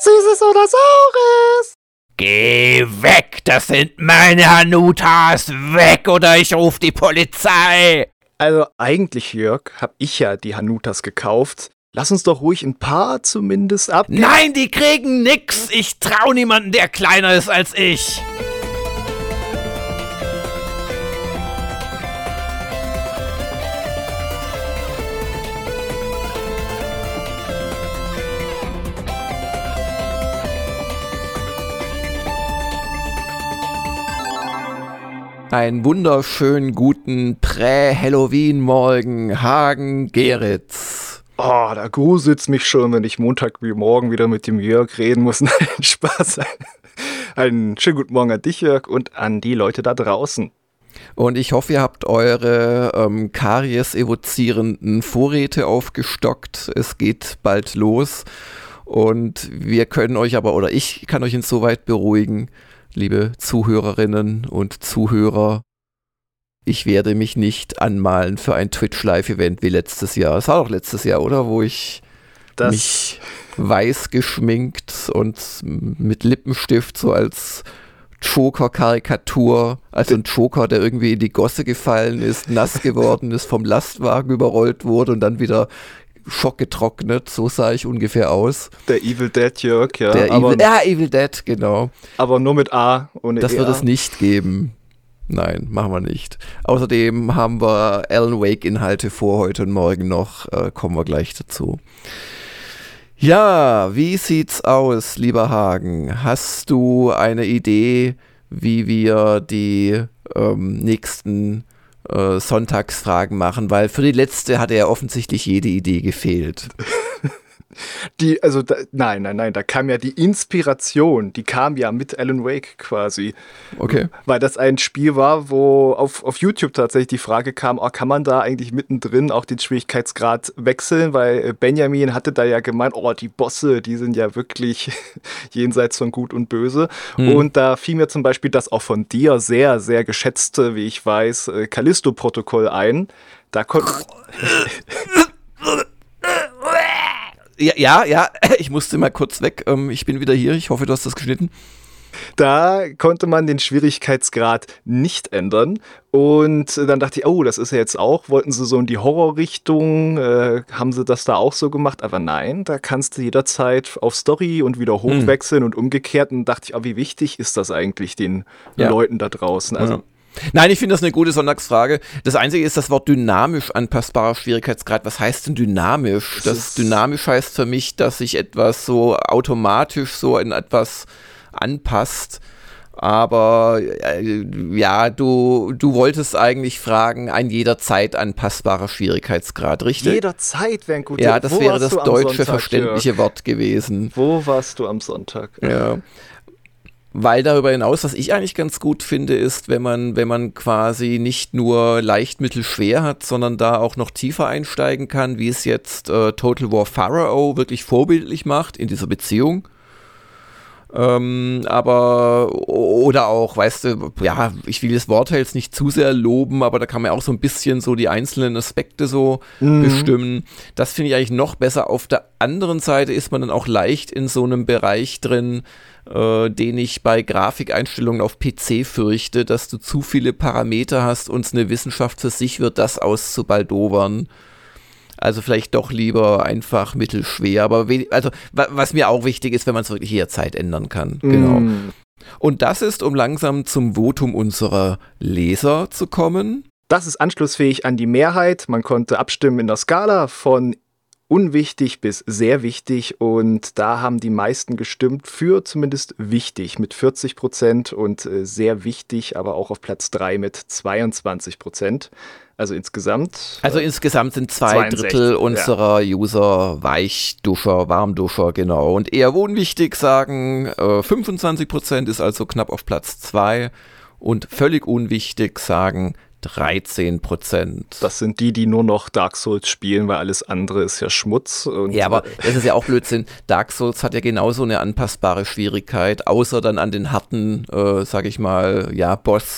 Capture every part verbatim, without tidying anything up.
Süßes oder Saures? Geh weg, das sind meine Hanutas, weg oder ich ruf die Polizei. Also eigentlich, Jörg, hab ich ja die Hanutas gekauft. Lass uns doch ruhig ein paar zumindest abgeben. Nein, die kriegen nix. Ich trau niemanden, der kleiner ist als ich. Einen wunderschönen guten Prä-Halloween-Morgen, Hagen Geritz. Oh, da gruselt's mich schon, wenn ich Montag wie morgen wieder mit dem Jörg reden muss. Nein, Spaß. Einen schönen guten Morgen an dich, Jörg, und an die Leute da draußen. Und ich hoffe, ihr habt eure ähm, Karies-evozierenden Vorräte aufgestockt. Es geht bald los. Und wir können euch aber, oder ich kann euch insoweit beruhigen, liebe Zuhörerinnen und Zuhörer, ich werde mich nicht anmalen für ein Twitch-Live-Event wie letztes Jahr. Es war doch letztes Jahr, oder? Wo ich das mich weiß geschminkt und mit Lippenstift so als Joker-Karikatur, also ein Joker, der irgendwie in die Gosse gefallen ist, nass geworden ist, vom Lastwagen überrollt wurde und dann wieder schockgetrocknet, so sah ich ungefähr aus. Der Evil Dead Jörg, ja. Der aber, Evil, ja, Evil Dead, genau. Aber nur mit A, ohne Das E A. wird es nicht geben. Nein, machen wir nicht. Außerdem haben wir Alan Wake-Inhalte vor heute und morgen noch, äh, kommen wir gleich dazu. Ja, wie sieht's aus, lieber Hagen? Hast du eine Idee, wie wir die ähm, nächsten Äh, Sonntagsfragen machen, weil für die letzte hatte ja offensichtlich jede Idee gefehlt. Die, also, da, nein, nein, nein, da kam ja die Inspiration, die kam ja mit Alan Wake quasi. Okay. Weil das ein Spiel war, wo auf, auf YouTube tatsächlich die Frage kam, oh, kann man da eigentlich mittendrin auch den Schwierigkeitsgrad wechseln? Weil Benjamin hatte da ja gemeint, oh, die Bosse, die sind ja wirklich jenseits von Gut und Böse. Hm. Und da fiel mir zum Beispiel das auch von dir sehr, sehr geschätzte, wie ich weiß, Callisto-Protokoll ein. Da konnte... Ja, ja, ja, ich musste mal kurz weg. Ich bin wieder hier. Ich hoffe, du hast das geschnitten. Da konnte man den Schwierigkeitsgrad nicht ändern. Und dann dachte ich, oh, das ist ja jetzt auch. Wollten sie so in die Horrorrichtung? Äh, haben sie das da auch so gemacht? Aber nein, da kannst du jederzeit auf Story und wieder hochwechseln hm. und umgekehrt. Und dachte ich, oh, wie wichtig ist das eigentlich den ja. Leuten da draußen? Also. Ja. Nein, ich finde das eine gute Sonntagsfrage. Das Einzige ist das Wort dynamisch anpassbarer Schwierigkeitsgrad. Was heißt denn dynamisch? Das, das dynamisch heißt für mich, dass sich etwas so automatisch so in etwas anpasst. Aber äh, ja, du, du wolltest eigentlich fragen, ein jederzeit anpassbarer Schwierigkeitsgrad, richtig? Jederzeit wäre ein guter. Ja, das Wo wäre das deutsche Sonntag, verständliche Jörg? Wort gewesen. Wo warst du am Sonntag? Ja. Weil darüber hinaus, was ich eigentlich ganz gut finde, ist, wenn man, wenn man quasi nicht nur leicht, mittel, schwer hat, sondern da auch noch tiefer einsteigen kann, wie es jetzt äh, Total War Pharaoh wirklich vorbildlich macht in dieser Beziehung. Ähm, aber, oder auch, weißt du, ja, ich will das Wort jetzt nicht zu sehr loben, aber da kann man auch so ein bisschen so die einzelnen Aspekte so mhm. bestimmen. Das finde ich eigentlich noch besser. Auf der anderen Seite ist man dann auch leicht in so einem Bereich drin, äh, den ich bei Grafikeinstellungen auf P C fürchte, dass du zu viele Parameter hast und es eine Wissenschaft für sich wird, das auszubaldowern. Also vielleicht doch lieber einfach mittelschwer, aber we- also wa- was mir auch wichtig ist, wenn man es wirklich jederzeit ändern kann. Mm. Genau. Und das ist, um langsam zum Votum unserer Leser zu kommen. Das ist anschlussfähig an die Mehrheit. Man konnte abstimmen in der Skala von unwichtig bis sehr wichtig und da haben die meisten gestimmt für zumindest wichtig mit vierzig Prozent und äh, sehr wichtig, aber auch auf Platz drei mit zweiundzwanzig Prozent. Also insgesamt. Also äh, insgesamt sind zwei zweiundsechzig Drittel unserer ja. User Weichduscher, Warmduscher, genau. Und eher unwichtig sagen äh, fünfundzwanzig Prozent ist also knapp auf Platz zwei und völlig unwichtig sagen dreizehn Prozent. Das sind die, die nur noch Dark Souls spielen, weil alles andere ist ja Schmutz. Und ja, aber das ist ja auch Blödsinn. Dark Souls hat ja genauso eine anpassbare Schwierigkeit, außer dann an den harten, äh, sag ich mal, ja, Boss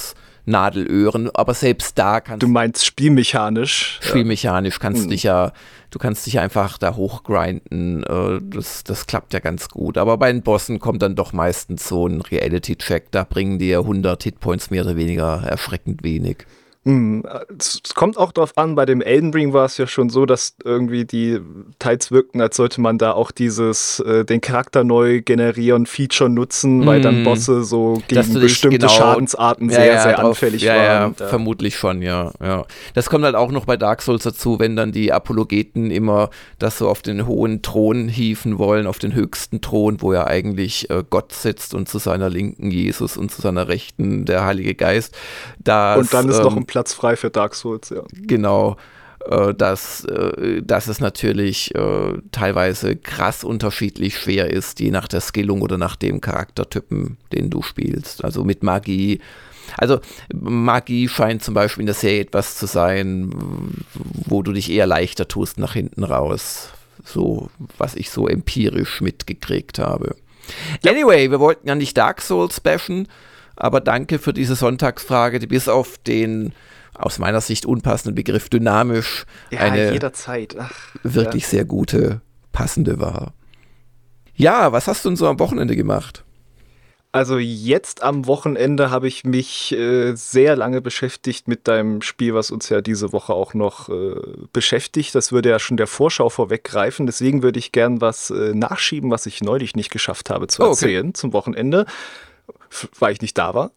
Nadelöhren, aber selbst da kannst du... meinst spielmechanisch? Spielmechanisch kannst hm. du dich ja, du kannst dich einfach da hochgrinden, äh, das, das klappt ja ganz gut. Aber bei den Bossen kommt dann doch meistens so ein Reality-Check, da bringen dir hundert Hitpoints mehr oder weniger erschreckend wenig. Hm, es kommt auch darauf an, bei dem Elden Ring war es ja schon so, dass irgendwie die teils wirkten, als sollte man da auch dieses, äh, den Charakter neu generieren, Feature nutzen, mm. weil dann Bosse so gegen bestimmte genau, Schadensarten sehr, ja, ja, sehr drauf, anfällig ja, waren. Ja, ja, vermutlich schon, ja, ja. Das kommt halt auch noch bei Dark Souls dazu, wenn dann die Apologeten immer das so auf den hohen Thron hieven wollen, auf den höchsten Thron, wo ja eigentlich äh, Gott sitzt und zu seiner Linken Jesus und zu seiner Rechten der Heilige Geist. Das, und dann ist ähm, noch ein Platz frei für Dark Souls, ja. Genau, äh, dass, äh, dass es natürlich äh, teilweise krass unterschiedlich schwer ist, je nach der Skillung oder nach dem Charaktertypen, den du spielst. Also mit Magie. Also Magie scheint zum Beispiel in der Serie etwas zu sein, wo du dich eher leichter tust nach hinten raus. So, was ich so empirisch mitgekriegt habe. Ja. Anyway, wir wollten ja nicht Dark Souls bashen, aber danke für diese Sonntagsfrage, die bis auf den aus meiner Sicht unpassenden Begriff dynamisch ja, eine jederzeit. Ach, wirklich ja. sehr gute, passende war. Ja, was hast du denn so am Wochenende gemacht? Also jetzt am Wochenende habe ich mich äh, sehr lange beschäftigt mit deinem Spiel, was uns ja diese Woche auch noch äh, beschäftigt. Das würde ja schon der Vorschau vorweggreifen. Deswegen würde ich gern was äh, nachschieben, was ich neulich nicht geschafft habe zu erzählen, oh, okay. zum Wochenende. Weil ich nicht da war,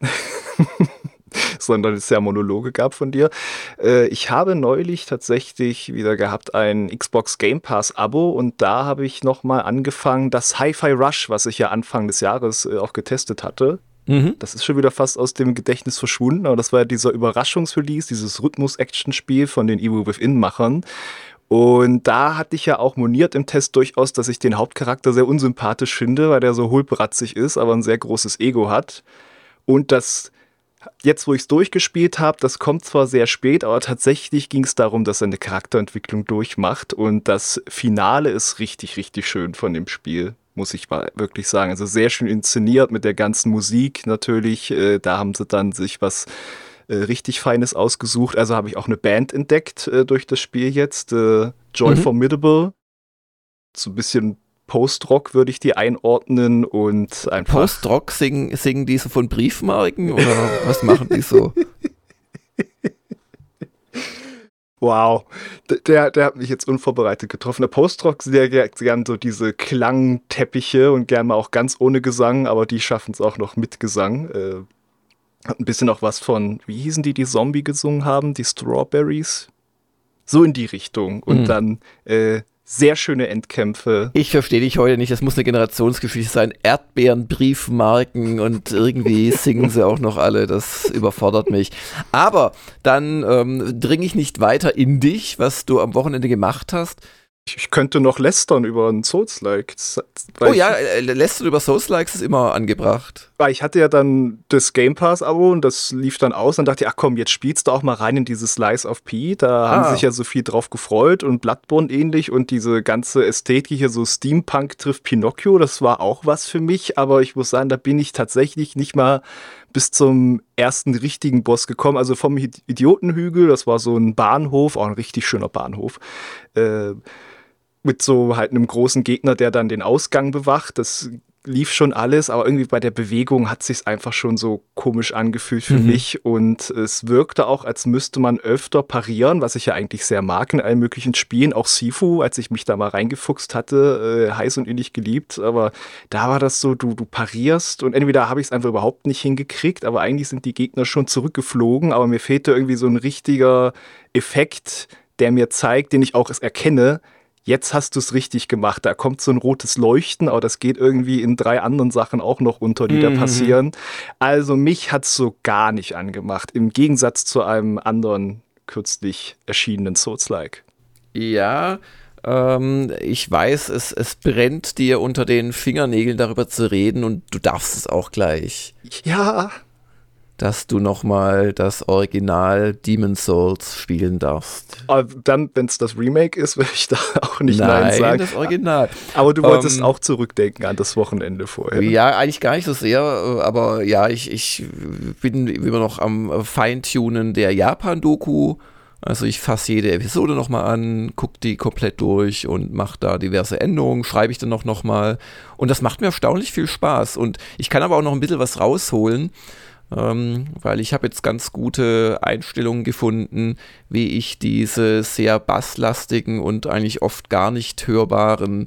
sondern es ja Monologe gab von dir. Äh, ich habe neulich tatsächlich wieder gehabt ein Xbox Game Pass Abo und da habe ich nochmal angefangen, das Hi-Fi Rush, was ich ja Anfang des Jahres äh, auch getestet hatte. Mhm. Das ist schon wieder fast aus dem Gedächtnis verschwunden, aber das war ja dieser Überraschungsrelease, dieses Rhythmus-Action-Spiel von den Evil Within-Machern. Und da hatte ich ja auch moniert im Test durchaus, dass ich den Hauptcharakter sehr unsympathisch finde, weil der so hohlbratzig ist, aber ein sehr großes Ego hat. Und das, jetzt wo ich es durchgespielt habe, das kommt zwar sehr spät, aber tatsächlich ging es darum, dass er eine Charakterentwicklung durchmacht. Und das Finale ist richtig, richtig schön von dem Spiel, muss ich mal wirklich sagen. Also sehr schön inszeniert mit der ganzen Musik natürlich. Äh, da haben sie dann sich was richtig Feines ausgesucht. Also habe ich auch eine Band entdeckt äh, durch das Spiel jetzt. Äh, Joy mhm. Formidable. So ein bisschen Post-Rock würde ich die einordnen und einfach... Post-Rock singen, singen die so von Briefmarken oder was machen die so? Wow, der, der hat mich jetzt unvorbereitet getroffen. Der Post-Rock sind ja gern so diese Klangteppiche und gern mal auch ganz ohne Gesang, aber die schaffen es auch noch mit Gesang. Äh, Hat ein bisschen auch was von, wie hießen die, die Zombie gesungen haben? Die Strawberries? So in die Richtung. Und mhm. dann äh, sehr schöne Endkämpfe. Ich verstehe dich heute nicht, das muss eine Generationsgeschichte sein. Erdbeeren, Briefmarken und irgendwie singen sie auch noch alle. Das überfordert mich. Aber dann ähm, dringe ich nicht weiter in dich, was du am Wochenende gemacht hast. Ich könnte noch lästern über einen Souls-like. Oh ja, lästern über Souls-likes ist immer angebracht. Weil ich hatte ja dann das Game Pass-Abo und das lief dann aus und dachte ich, ach komm, jetzt spielst du auch mal rein in dieses Slice of P. Da ah. haben sich ja so viel drauf gefreut und Bloodborne ähnlich und diese ganze Ästhetik hier, so Steampunk trifft Pinocchio, das war auch was für mich, aber ich muss sagen, da bin ich tatsächlich nicht mal bis zum ersten richtigen Boss gekommen. Also vom Idiotenhügel, das war so ein Bahnhof, auch ein richtig schöner Bahnhof, äh, mit so halt einem großen Gegner, der dann den Ausgang bewacht. Das lief schon alles, aber irgendwie bei der Bewegung hat sich's einfach schon so komisch angefühlt für mhm. mich und es wirkte auch, als müsste man öfter parieren, was ich ja eigentlich sehr mag in allen möglichen Spielen. Auch Sifu, als ich mich da mal reingefuchst hatte, äh, heiß und innig geliebt, aber da war das so, du, du parierst und entweder habe ich es einfach überhaupt nicht hingekriegt, aber eigentlich sind die Gegner schon zurückgeflogen, aber mir fehlte irgendwie so ein richtiger Effekt, der mir zeigt, den ich auch erkenne, jetzt hast du es richtig gemacht. Da kommt so ein rotes Leuchten, aber das geht irgendwie in drei anderen Sachen auch noch unter, die mhm. da passieren. Also mich hat es so gar nicht angemacht, im Gegensatz zu einem anderen kürzlich erschienenen Souls-like. Ja, ähm, ich weiß, es, es brennt dir unter den Fingernägeln, darüber zu reden und du darfst es auch gleich. Ja. dass du nochmal das Original Demon's Souls spielen darfst. Aber dann, wenn es das Remake ist, will ich da auch nicht Nein, Nein sagen. das Original. Aber du wolltest ähm, auch zurückdenken an das Wochenende vorher. Ja, eigentlich gar nicht so sehr, aber ja, ich, ich bin immer noch am Feintunen der Japan-Doku. Also ich fasse jede Episode nochmal an, gucke die komplett durch und mache da diverse Änderungen, schreibe ich dann noch nochmal. Und das macht mir erstaunlich viel Spaß. Und ich kann aber auch noch ein bisschen was rausholen, ähm, weil ich habe jetzt ganz gute Einstellungen gefunden, wie ich diese sehr basslastigen und eigentlich oft gar nicht hörbaren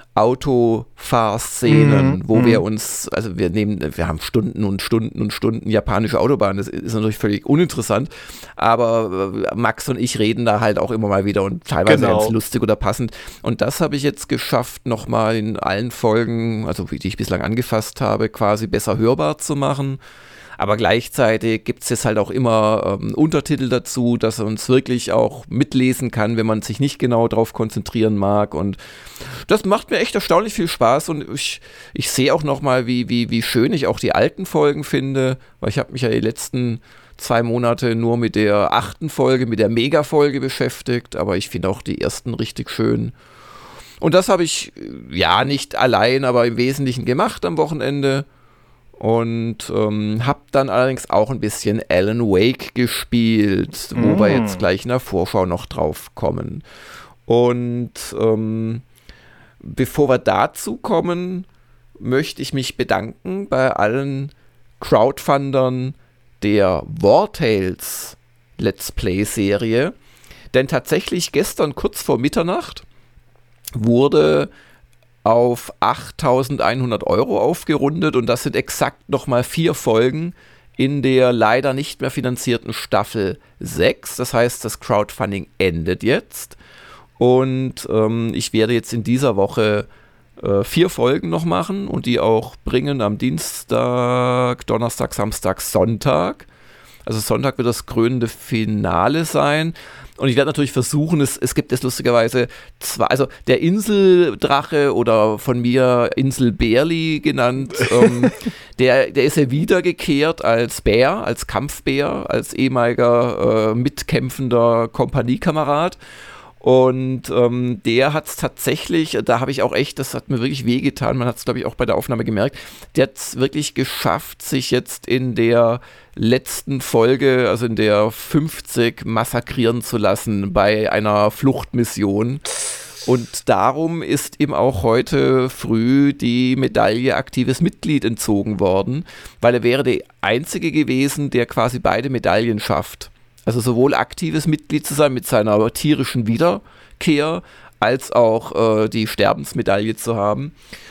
Autofahrszenen, mhm, wo mhm. wir uns, also wir nehmen, wir haben Stunden und Stunden und Stunden japanische Autobahnen, das ist natürlich völlig uninteressant, aber Max und ich reden da halt auch immer mal wieder und teilweise genau. ganz lustig oder passend und das habe ich jetzt geschafft, nochmal in allen Folgen, also die ich bislang angefasst habe, quasi besser hörbar zu machen. Aber gleichzeitig gibt es jetzt halt auch immer ähm, Untertitel dazu, dass er uns wirklich auch mitlesen kann, wenn man sich nicht genau darauf konzentrieren mag. Und das macht mir echt erstaunlich viel Spaß. Und ich, ich sehe auch nochmal, wie, wie, wie schön ich auch die alten Folgen finde. Weil ich habe mich ja die letzten zwei Monate nur mit der achten Folge, mit der Mega-Folge beschäftigt. Aber ich finde auch die ersten richtig schön. Und das habe ich, ja, nicht allein, aber im Wesentlichen gemacht am Wochenende. Und ähm, habe dann allerdings auch ein bisschen Alan Wake gespielt, wo mm. wir jetzt gleich in der Vorschau noch drauf kommen. Und ähm, bevor wir dazu kommen, möchte ich mich bedanken bei allen Crowdfundern der War Tales Let's Play-Serie. Denn tatsächlich gestern kurz vor Mitternacht wurde auf achttausendeinhundert Euro aufgerundet und das sind exakt nochmal vier Folgen in der leider nicht mehr finanzierten Staffel sechs. Das heißt, das Crowdfunding endet jetzt und ähm, ich werde jetzt in dieser Woche äh, vier Folgen noch machen und die auch bringen am Dienstag, Donnerstag, Samstag, Sonntag. Also Sonntag wird das krönende Finale sein. Und ich werde natürlich versuchen, es, es gibt es lustigerweise zwei, also der Inseldrache oder von mir Inselbärli genannt, ähm, der, der ist ja wiedergekehrt als Bär, als Kampfbär, als ehemaliger äh, mitkämpfender Kompaniekamerad. Und ähm, der hat es tatsächlich, da habe ich auch echt, das hat mir wirklich wehgetan, man hat es glaube ich auch bei der Aufnahme gemerkt, der hat es wirklich geschafft, sich jetzt in der letzten Folge, also in der fünfzig, massakrieren zu lassen bei einer Fluchtmission. Und darum ist ihm auch heute früh die Medaille aktives Mitglied entzogen worden, weil er wäre der Einzige gewesen, der quasi beide Medaillen schafft. Also sowohl aktives Mitglied zu sein mit seiner tierischen Wiederkehr, als auch äh, die Sterbensmedaille zu haben.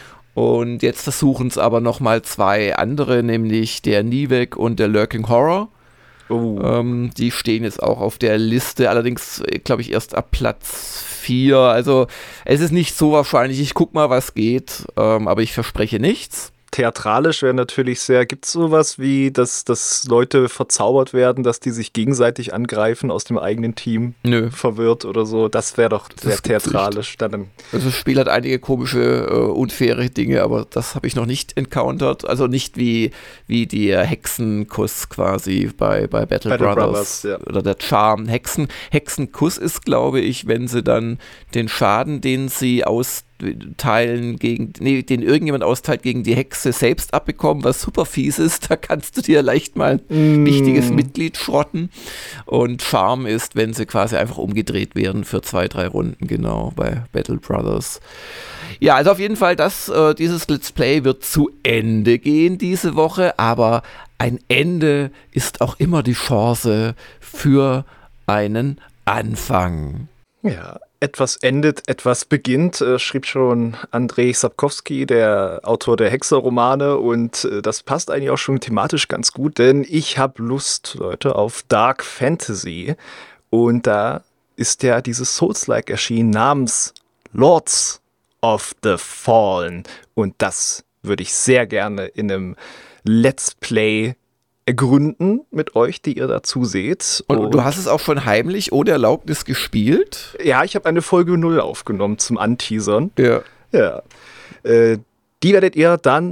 Und jetzt versuchen es aber nochmal zwei andere, nämlich der Nivek und der Lurking Horror. Oh. Ähm, die stehen jetzt auch auf der Liste, allerdings glaube ich erst ab Platz vier. Also es ist nicht so wahrscheinlich, ich guck mal, was geht, ähm, aber ich verspreche nichts. Theatralisch wäre natürlich sehr, gibt es sowas wie, dass, dass Leute verzaubert werden, dass die sich gegenseitig angreifen aus dem eigenen Team? Nö. Verwirrt oder so? Das wäre doch sehr theatralisch. Dann also das Spiel hat einige komische, äh, unfaire Dinge, aber das habe ich noch nicht encountert. Also nicht wie, wie der Hexenkuss quasi bei, bei Battle, Battle Brothers, Brothers ja. Oder der Charm. Hexen, Hexenkuss ist, glaube ich, wenn sie dann den Schaden, den sie aus Teilen gegen, nee, den irgendjemand austeilt, gegen die Hexe selbst abbekommen, was super fies ist, da kannst du dir leicht mal ein mm. wichtiges Mitglied schrotten. Und Charme ist, wenn sie quasi einfach umgedreht werden für zwei, drei Runden, genau, bei Battle Brothers. Ja, also auf jeden Fall, das, äh, dieses Let's Play wird zu Ende gehen diese Woche, aber ein Ende ist auch immer die Chance für einen Anfang. Ja, etwas endet, etwas beginnt, äh, schrieb schon Andrzej Sapkowski, der Autor der Hexer-Romane, und äh, das passt eigentlich auch schon thematisch ganz gut, denn ich habe Lust, Leute, auf Dark Fantasy, und da ist ja dieses Souls-like erschienen namens Lords of the Fallen, und das würde ich sehr gerne in einem Let's Play ergründen mit euch, die ihr dazu seht. Und, und du hast es auch schon heimlich ohne Erlaubnis gespielt? Ja, ich habe eine Folge null aufgenommen zum Anteasern. Ja. Ja. Äh, die werdet ihr dann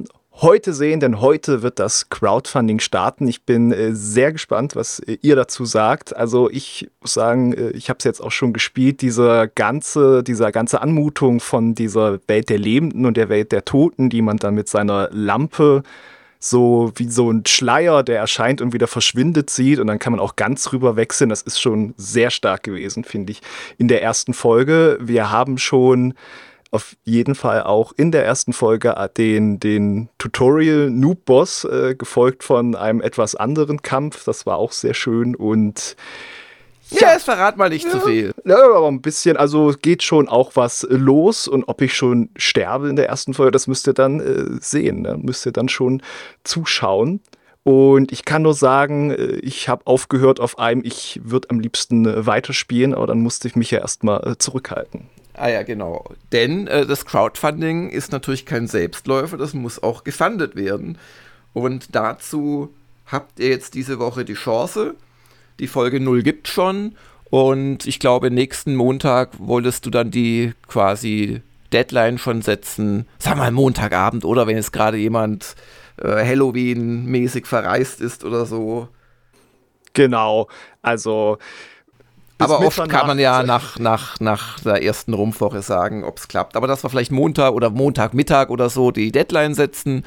heute sehen, denn heute wird das Crowdfunding starten. Ich bin äh, sehr gespannt, was äh, ihr dazu sagt. Also ich muss sagen, äh, ich habe es jetzt auch schon gespielt, diese ganze, dieser ganze Anmutung von dieser Welt der Lebenden und der Welt der Toten, die man dann mit seiner Lampe so wie so ein Schleier, der erscheint und wieder verschwindet, sieht, und dann kann man auch ganz rüber wechseln. Das ist schon sehr stark gewesen, finde ich, in der ersten Folge. Wir haben schon auf jeden Fall auch in der ersten Folge den, den Tutorial-Noob-Boss, äh, gefolgt von einem etwas anderen Kampf. Das war auch sehr schön und ja, ja, es verrat mal nicht ja, zu viel. Ja, aber ein bisschen, also geht schon auch was los, und ob ich schon sterbe in der ersten Folge, das müsst ihr dann äh, sehen, ne? Müsst ihr dann schon zuschauen. Und ich kann nur sagen, äh, ich habe aufgehört auf einem, ich würde am liebsten äh, weiterspielen, aber dann musste ich mich ja erstmal äh, zurückhalten. Ah ja, genau. Denn äh, das Crowdfunding ist natürlich kein Selbstläufer, das muss auch gefundet werden. Und dazu habt ihr jetzt diese Woche die Chance. Die Folge null gibt schon, und ich glaube, nächsten Montag wolltest du dann die quasi Deadline schon setzen. Sag mal Montagabend, oder wenn jetzt gerade jemand äh, Halloween-mäßig verreist ist oder so. Genau, also aber oft kann man ja nach, nach, nach der ersten Rumpfwoche sagen, ob es klappt. Aber dass wir vielleicht Montag oder Montagmittag oder so die Deadline setzen,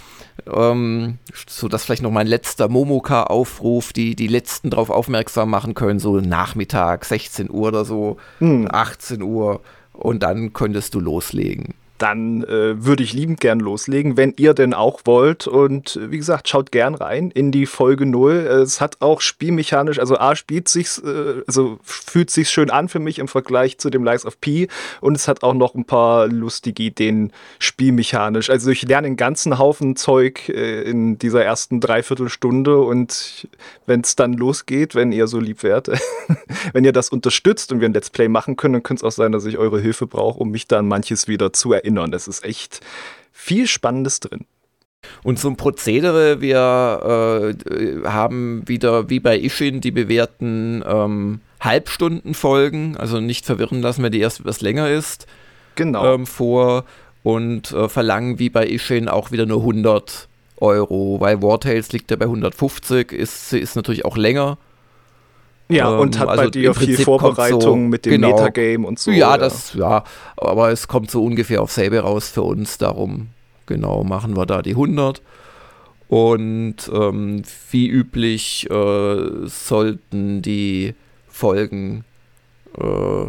ähm, so dass vielleicht noch mein letzter Momoka-Aufruf, die die Letzten darauf aufmerksam machen können, so Nachmittag, sechzehn Uhr oder so, hm. achtzehn Uhr, und dann könntest du loslegen. Dann äh, würde ich liebend gern loslegen, wenn ihr denn auch wollt. Und äh, wie gesagt, schaut gern rein in die Folge null. Es hat auch spielmechanisch, also A, spielt sich's, äh, also fühlt sich schön an für mich im Vergleich zu dem Lies of P. Und es hat auch noch ein paar lustige Ideen spielmechanisch. Also ich lerne einen ganzen Haufen Zeug äh, in dieser ersten Dreiviertelstunde. Und wenn es dann losgeht, wenn ihr so lieb wärt, wenn ihr das unterstützt und wir ein Let's Play machen können, dann könnte es auch sein, dass ich eure Hilfe brauche, um mich dann manches wieder zu erinnern. Es ist echt viel Spannendes drin. Und so ein Prozedere, wir äh, haben wieder wie bei Ishin die bewährten ähm, Halbstundenfolgen, also nicht verwirren lassen, wenn die erst etwas länger ist, genau. ähm, vor, und äh, verlangen wie bei Ishin auch wieder nur hundert Euro, weil War Tales liegt ja bei hundertfünfzig, ist, ist natürlich auch länger. Ja, und hat also bei dir viel Vorbereitung so, mit dem genau, Metagame und so. Ja, das, ja, aber es kommt so ungefähr auf selbe raus für uns, darum, genau, machen wir da die hundert. Und ähm, wie üblich äh, sollten die Folgen, äh,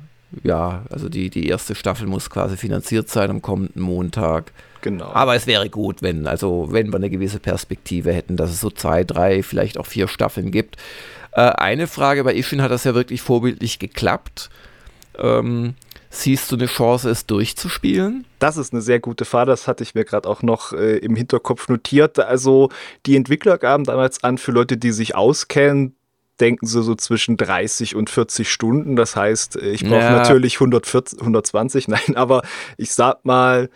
ja, also die, die erste Staffel muss quasi finanziert sein am kommenden Montag. Genau. Aber es wäre gut, wenn, also wenn wir eine gewisse Perspektive hätten, dass es so zwei, drei, vielleicht auch vier Staffeln gibt. Eine Frage, bei Ishin hat das ja wirklich vorbildlich geklappt. Ähm, siehst du eine Chance, es durchzuspielen? Das ist eine sehr gute Frage, das hatte ich mir gerade auch noch äh, im Hinterkopf notiert. Also die Entwickler gaben damals an, für Leute, die sich auskennen, denken sie so zwischen dreißig und vierzig Stunden. Das heißt, ich brauche ja. natürlich hundertvierzig, hundertzwanzig, nein, aber ich sag mal,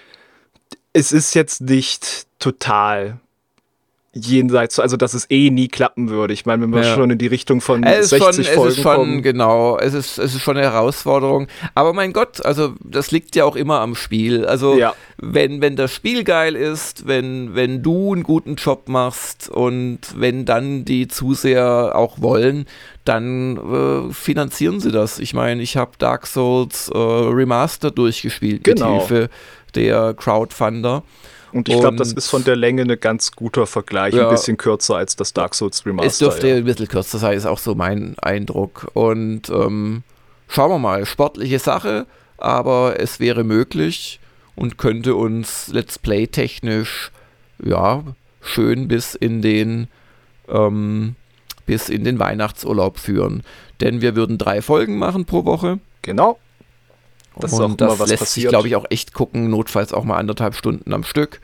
es ist jetzt nicht total jenseits, also dass es eh nie klappen würde. Ich meine, wenn wir ja. schon in die Richtung von sechzig schon, Folgen es ist schon, kommen. Genau, es ist, es ist schon eine Herausforderung. Aber mein Gott, also das liegt ja auch immer am Spiel. Also ja. wenn, wenn das Spiel geil ist, wenn, wenn du einen guten Job machst und wenn dann die Zuseher auch wollen, dann äh, finanzieren sie das. Ich meine, ich habe Dark Souls äh, Remastered durchgespielt genau. mit Hilfe der Crowdfunder. Und ich glaube, das ist von der Länge ein ganz guter Vergleich, ja, ein bisschen kürzer als das Dark Souls Remaster. Es dürfte ja. ein bisschen kürzer sein, ist auch so mein Eindruck. Und ähm, schauen wir mal, sportliche Sache, aber es wäre möglich und könnte uns Let's Play technisch ja schön bis in den ähm, bis in den Weihnachtsurlaub führen. Denn wir würden drei Folgen machen pro Woche. Genau. Das und ist auch das immer was lässt passiert. sich, glaube ich, auch echt gucken, notfalls auch mal anderthalb Stunden am Stück.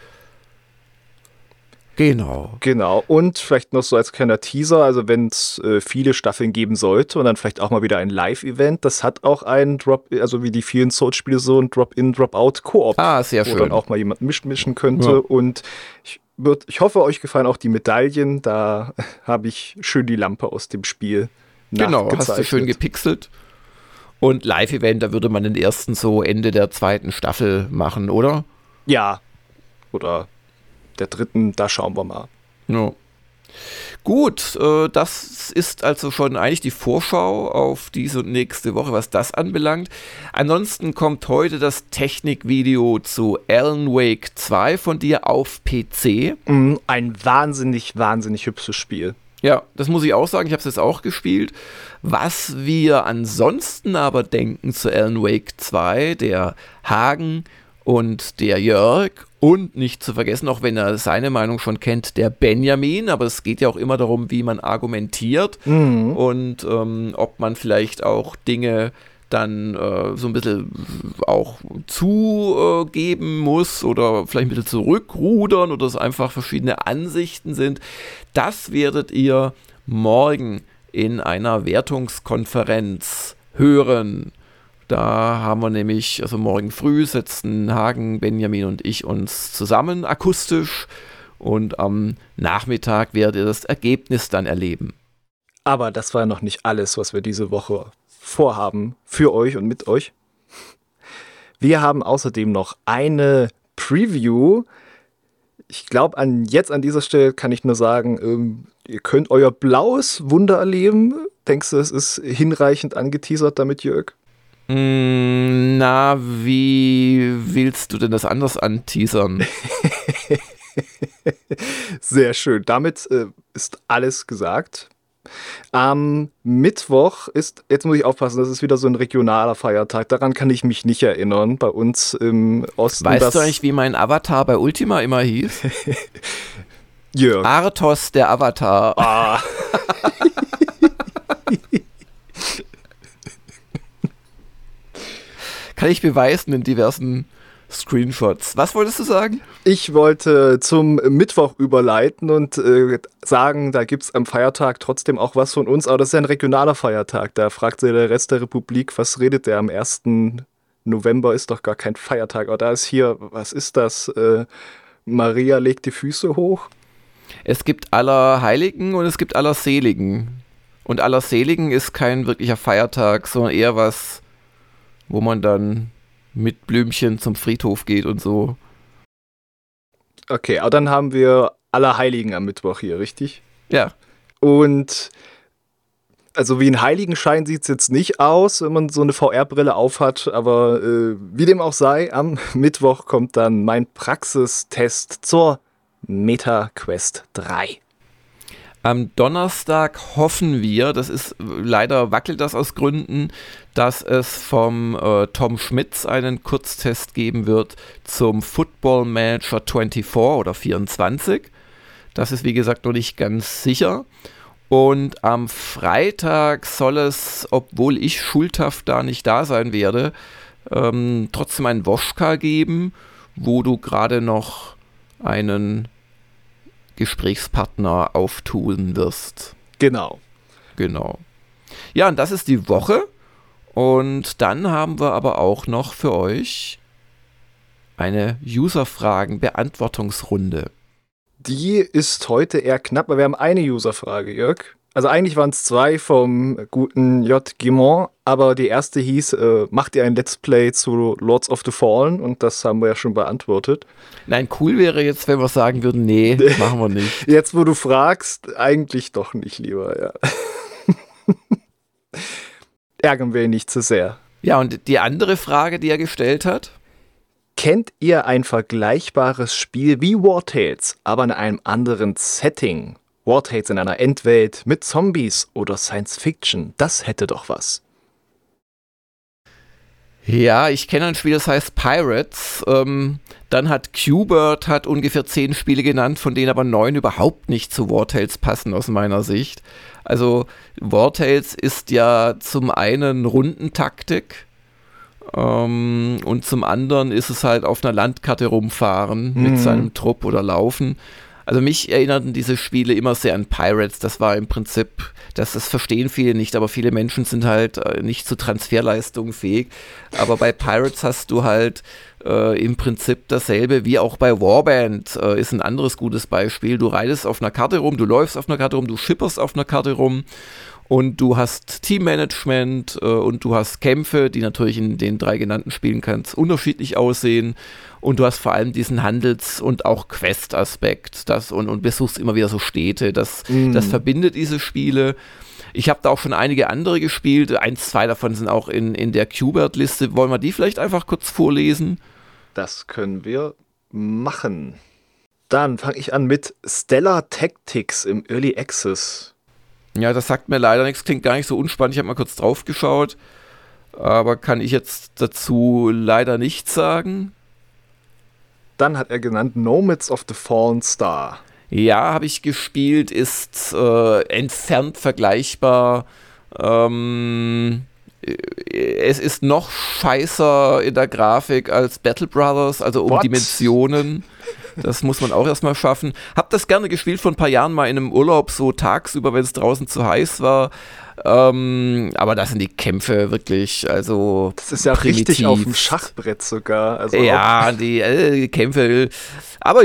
Genau. Genau. Und vielleicht noch so als kleiner Teaser, also wenn es äh, viele Staffeln geben sollte und dann vielleicht auch mal wieder ein Live-Event, das hat auch ein Drop, also wie die vielen Souls-Spiele so ein Drop-in, Drop-out-Koop, ah, sehr wo schön. dann auch mal jemand misch mischen könnte. Ja. Und ich, würd, ich hoffe, euch gefallen auch die Medaillen. Da habe ich schön die Lampe aus dem Spiel Genau, hast du schön gepixelt. Und Live-Event, da würde man den ersten so Ende der zweiten Staffel machen, oder? Ja. Oder der dritten, da schauen wir mal. Ja. Gut, äh, das ist also schon eigentlich die Vorschau auf diese und nächste Woche, was das anbelangt. Ansonsten kommt heute das Technikvideo zu Alan Wake zwei von dir auf P C. Ein wahnsinnig, wahnsinnig hübsches Spiel. Ja, das muss ich auch sagen, ich habe es jetzt auch gespielt. Was wir ansonsten aber denken zu Alan Wake zwei, der Hagen und der Jörg und nicht zu vergessen, auch wenn er seine Meinung schon kennt, der Benjamin, aber es geht ja auch immer darum, wie man argumentiert mhm. und ähm, ob man vielleicht auch Dinge dann äh, so ein bisschen auch zugeben muss oder vielleicht ein bisschen zurückrudern oder es einfach verschiedene Ansichten sind. Das werdet ihr morgen in einer Wertungskonferenz hören. Da haben wir nämlich, also morgen früh setzen Hagen, Benjamin und ich uns zusammen akustisch und am Nachmittag werdet ihr das Ergebnis dann erleben. Aber das war noch nicht alles, was wir diese Woche vorhaben für euch und mit euch. Wir haben außerdem noch eine Preview. Ich glaube, an, jetzt an dieser Stelle kann ich nur sagen, ähm, ihr könnt euer blaues Wunder erleben. Denkst du, es ist hinreichend angeteasert damit, Jörg? Na, wie willst du denn das anders anteasern? Sehr schön. Damit äh, ist alles gesagt. Am Mittwoch ist, jetzt muss ich aufpassen, das ist wieder so ein regionaler Feiertag. Daran kann ich mich nicht erinnern. Bei uns im Osten. Weißt du eigentlich, wie mein Avatar bei Ultima immer hieß? Jörg. Arthos, der Avatar. Ah. Kann ich beweisen in diversen Screenshots. Was wolltest du sagen? Ich wollte zum Mittwoch überleiten und äh, sagen, da gibt es am Feiertag trotzdem auch was von uns, aber das ist ja ein regionaler Feiertag. Da fragt sich der Rest der Republik, was redet der am ersten November? Ist doch gar kein Feiertag. Aber da ist hier, was ist das? Äh, Maria legt die Füße hoch. Es gibt Allerheiligen und es gibt Allerseligen. Und Allerseligen ist kein wirklicher Feiertag, sondern eher was, wo man dann mit Blümchen zum Friedhof geht und so. Okay, aber dann haben wir Allerheiligen am Mittwoch hier, richtig? Ja. Und also wie ein Heiligenschein sieht es jetzt nicht aus, wenn man so eine V R-Brille aufhat, aber äh, wie dem auch sei, am Mittwoch kommt dann mein Praxistest zur Meta Quest drei. Am Donnerstag hoffen wir, das ist, leider wackelt das aus Gründen, dass es vom äh, Tom Schmitz einen Kurztest geben wird zum Football Manager vierundzwanzig oder vierundzwanzig. Das ist wie gesagt noch nicht ganz sicher. Und am Freitag soll es, obwohl ich schuldhaft da nicht da sein werde, ähm, trotzdem einen Woschka geben, wo du gerade noch einen Gesprächspartner auftun wirst. Genau. Genau. Ja, und das ist die Woche. Und dann haben wir aber auch noch für euch eine User-Fragen-Beantwortungsrunde. Die ist heute eher knapp, weil wir haben eine User-Frage, Jörg. Also eigentlich waren es zwei vom guten J. Guimont, aber die erste hieß, äh, macht ihr ein Let's Play zu Lords of the Fallen? Und das haben wir ja schon beantwortet. Nein, cool wäre jetzt, wenn wir sagen würden, nee, machen wir nicht. Jetzt, wo du fragst, eigentlich doch nicht lieber, ja. Ärgern wir ihn nicht zu sehr. Ja, und die andere Frage, die er gestellt hat? Kennt ihr ein vergleichbares Spiel wie War Tales, aber in einem anderen Setting? War Tales in einer Endwelt mit Zombies oder Science Fiction, das hätte doch was. Ja, ich kenne ein Spiel, das heißt Pirates. Ähm, dann hat Qbert hat ungefähr zehn Spiele genannt, von denen aber neun überhaupt nicht zu War Tales passen aus meiner Sicht. Also War Tales ist ja zum einen Rundentaktik ähm, und zum anderen ist es halt auf einer Landkarte rumfahren mhm. mit seinem Trupp oder laufen. Also mich erinnerten diese Spiele immer sehr an Pirates. Das war im Prinzip, das, das verstehen viele nicht, aber viele Menschen sind halt äh, nicht zu Transferleistungen fähig. Aber bei Pirates hast du halt äh, im Prinzip dasselbe wie auch bei Warband, äh, ist ein anderes gutes Beispiel. Du reitest auf einer Karte rum, du läufst auf einer Karte rum, du schipperst auf einer Karte rum Und du hast Teammanagement äh, und du hast Kämpfe, die natürlich in den drei genannten Spielen ganz unterschiedlich aussehen. Und du hast vor allem diesen Handels- und auch Quest-Aspekt das, und, und besuchst immer wieder so Städte. Das, mm. das verbindet diese Spiele. Ich habe da auch schon einige andere gespielt. Eins, zwei davon sind auch in, in der Q-Bert-Liste. Wollen wir die vielleicht einfach kurz vorlesen? Das können wir machen. Dann fange ich an mit Stellar Tactics im Early Access. Ja, das sagt mir leider nichts, klingt gar nicht so unspannend. Ich habe mal kurz drauf geschaut, aber kann ich jetzt dazu leider nichts sagen. Dann hat er genannt Nomads of the Fallen Star. Ja, habe ich gespielt, ist äh, entfernt vergleichbar. Ähm, es ist noch scheißer in der Grafik als Battle Brothers, also um What? Dimensionen. Das muss man auch erstmal schaffen. Hab das gerne gespielt vor ein paar Jahren mal in einem Urlaub, so tagsüber, wenn es draußen zu heiß war. Ähm, aber da sind die Kämpfe wirklich, also das ist ja primitiv. Richtig auf dem Schachbrett sogar. Also ja, die äh, Kämpfe. Aber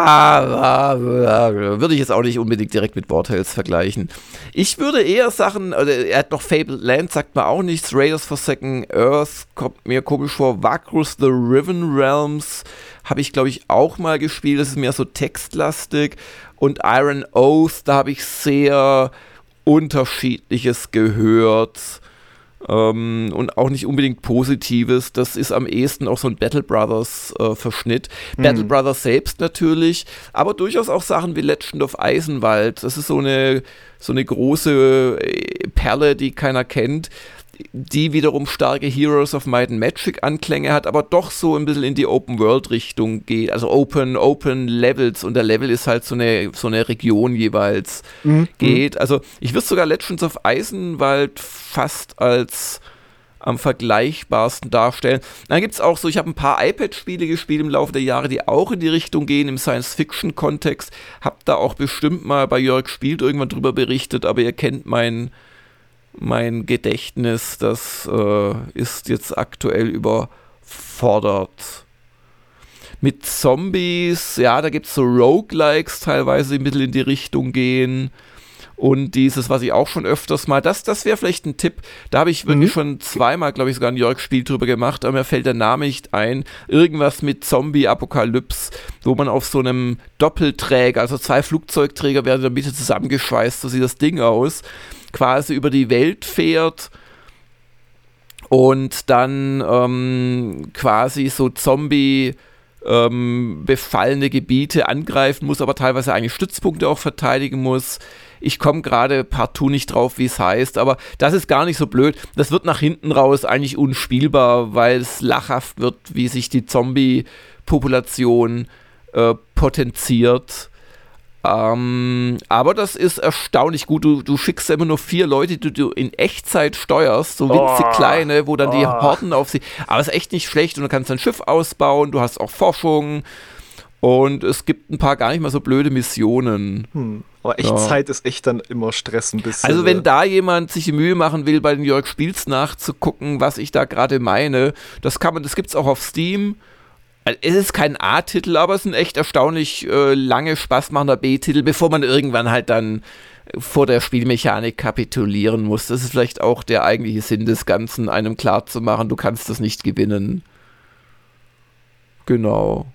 ja, äh, würde ich jetzt auch nicht unbedingt direkt mit Wartales vergleichen. Ich würde eher Sachen, also er hat noch Fabled Land, sagt man auch nichts. Raiders Forsaken Earth kommt mir komisch vor. Vagrus the Riven Realms habe ich, glaube ich, auch mal gespielt. Das ist mehr so textlastig. Und Iron Oath, da habe ich sehr Unterschiedliches gehört ähm, und auch nicht unbedingt Positives. Das ist am ehesten auch so ein Battle Brothers äh, Verschnitt. Mhm. Battle Brothers selbst natürlich, aber durchaus auch Sachen wie Legend of Eisenwald. Das ist so eine, so eine große Perle, die keiner kennt, die wiederum starke Heroes of Might and Magic Anklänge hat, aber doch so ein bisschen in die Open-World-Richtung geht, also Open, Open Levels, und der Level ist halt so eine, so eine Region jeweils mhm. geht. Also ich würde sogar Legends of Eisenwald fast als am vergleichbarsten darstellen. Dann gibt es auch so, ich habe ein paar iPad-Spiele gespielt im Laufe der Jahre, die auch in die Richtung gehen, im Science-Fiction-Kontext. Hab da auch bestimmt mal bei Jörg Spielt irgendwann drüber berichtet, aber ihr kennt meinen Mein Gedächtnis, das äh, ist jetzt aktuell überfordert. Mit Zombies, ja, da gibt es so Roguelikes teilweise, die ein bisschen in die Richtung gehen. Und dieses, was ich auch schon öfters mal, das, das wäre vielleicht ein Tipp, da habe ich wirklich mhm. schon zweimal, glaube ich, sogar ein Jörg-Spiel drüber gemacht, aber mir fällt der Name nicht ein. Irgendwas mit Zombie-Apokalypse, wo man auf so einem Doppelträger, also zwei Flugzeugträger werden in der Mitte zusammengeschweißt, so sieht das Ding aus, quasi über die Welt fährt und dann ähm, quasi so Zombie ähm, befallene Gebiete angreifen muss, aber teilweise eigentlich Stützpunkte auch verteidigen muss. Ich komme gerade partout nicht drauf, wie es heißt, aber das ist gar nicht so blöd. Das wird nach hinten raus eigentlich unspielbar, weil es lachhaft wird, wie sich die Zombie-Population äh, potenziert. Ähm, aber das ist erstaunlich gut. Du, du schickst immer nur vier Leute, die du in Echtzeit steuerst, so winzig oh, kleine, wo dann oh. die Horden auf sie. Aber es ist echt nicht schlecht und du kannst dein Schiff ausbauen, du hast auch Forschung und es gibt ein paar gar nicht mal so blöde Missionen. Hm. Aber Echtzeit ja. ist echt dann immer Stress ein bisschen. Also wenn da jemand sich die Mühe machen will, bei den Jörg Spiels nachzugucken, was ich da gerade meine, das kann man, das gibt's auch auf Steam. Es ist kein A-Titel, aber es ist ein echt erstaunlich äh, lange, spaßmachender B-Titel, bevor man irgendwann halt dann vor der Spielmechanik kapitulieren muss. Das ist vielleicht auch der eigentliche Sinn des Ganzen, einem klar zu machen, du kannst das nicht gewinnen. Genau.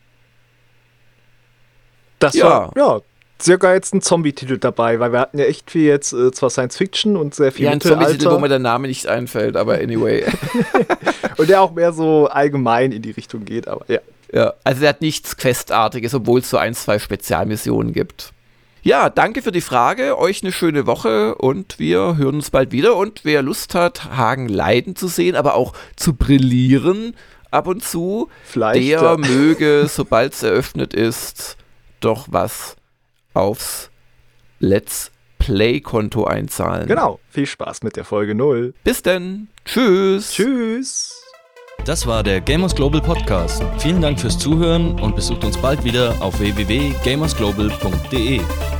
Das ja. war, ja, sogar jetzt ein Zombie-Titel dabei, weil wir hatten ja echt viel jetzt, äh, zwar Science-Fiction und sehr viel ja, ein Zombie-Titel, wo mir der Name nicht einfällt, aber anyway. Und der auch mehr so allgemein in die Richtung geht, aber ja. Ja, also der hat nichts Questartiges, obwohl es so ein, zwei Spezialmissionen gibt. Ja, danke für die Frage, euch eine schöne Woche und wir hören uns bald wieder. Und wer Lust hat, Hagen leiden zu sehen, aber auch zu brillieren ab und zu, Vielleicht, der ja. möge, sobald es eröffnet ist, doch was aufs Let's Play-Konto einzahlen. Genau, viel Spaß mit der Folge null. Bis denn. Tschüss. Tschüss. Das war der Gamers Global Podcast. Vielen Dank fürs Zuhören und besucht uns bald wieder auf w w w punkt gamers global punkt d e.